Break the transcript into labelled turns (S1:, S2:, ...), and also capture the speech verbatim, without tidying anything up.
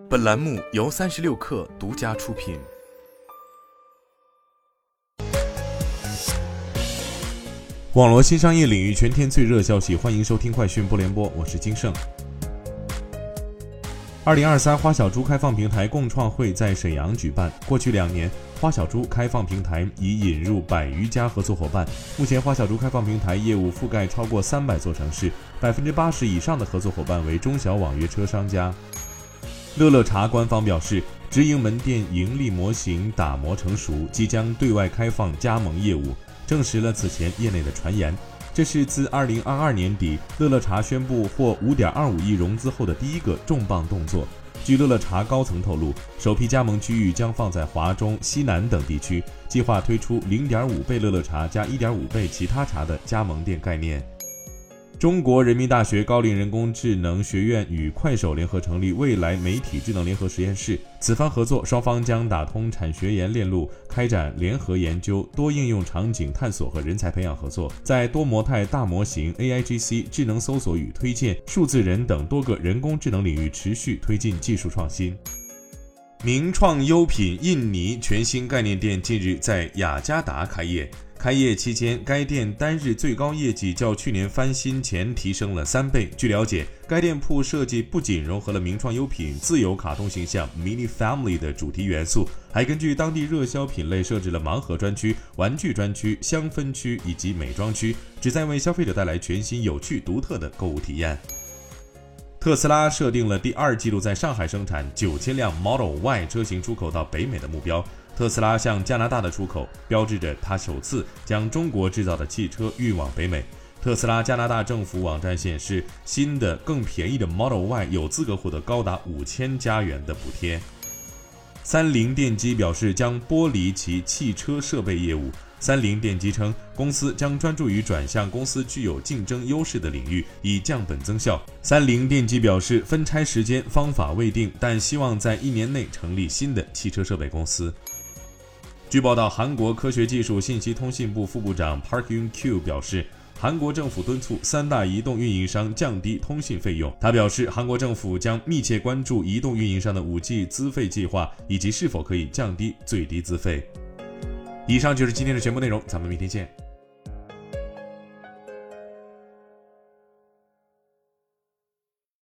S1: 本栏目由三十六氪独家出品。网络新商业领域全天最热消息，欢迎收听快讯不联播，我是金盛。二零二三花小猪开放平台共创会在沈阳举办。过去两年，花小猪开放平台已引入百余家合作伙伴。目前，花小猪开放平台业务覆盖超过三百座城市，百分之八十以上的合作伙伴为中小网约车商家。乐乐茶官方表示，直营门店盈利模型打磨成熟，即将对外开放加盟业务，证实了此前业内的传言。这是自二零二二年底乐乐茶宣布获 五点二五亿融资后的第一个重磅动作。据乐乐茶高层透露，首批加盟区域将放在华中、西南等地区，计划推出 零点五倍乐乐茶加 一点五倍其他茶的加盟店概念。中国人民大学高龄人工智能学院与快手联合成立未来媒体智能联合实验室，此番合作双方将打通产学研链路，开展联合研究、多应用场景探索和人才培养合作，在多模态大模型、A I G C、智能搜索与推荐、数字人等多个人工智能领域持续推进技术创新。名创优品印尼全新概念店近日在雅加达开业。开业期间，该店单日最高业绩较去年翻新前提升了三倍。据了解，该店铺设计不仅融合了名创优品自有卡通形象 Mini Family 的主题元素，还根据当地热销品类设置了盲盒专区、玩具专区、香氛区以及美妆区，旨在为消费者带来全新、有趣、独特的购物体验。特斯拉设定了第二季度在上海生产九千辆 Model Y 车型出口到北美的目标。特斯拉向加拿大的出口，标志着它首次将中国制造的汽车运往北美。特斯拉加拿大政府网站显示，新的更便宜的 Model Y 有资格获得高达五千加元的补贴。三菱电机表示将剥离其汽车设备业务。三菱电机称，公司将专注于转向公司具有竞争优势的领域，以降本增效。三菱电机表示，分拆时间方法未定，但希望在一年内成立新的汽车设备公司。据报道，韩国科学技术信息通信部副部长 Park Yun-kyu 表示，韩国政府敦促三大移动运营商降低通信费用。他表示，韩国政府将密切关注移动运营商的 五 G 资费计划，以及是否可以降低最低资费。以上就是今天的全部内容，咱们明天见。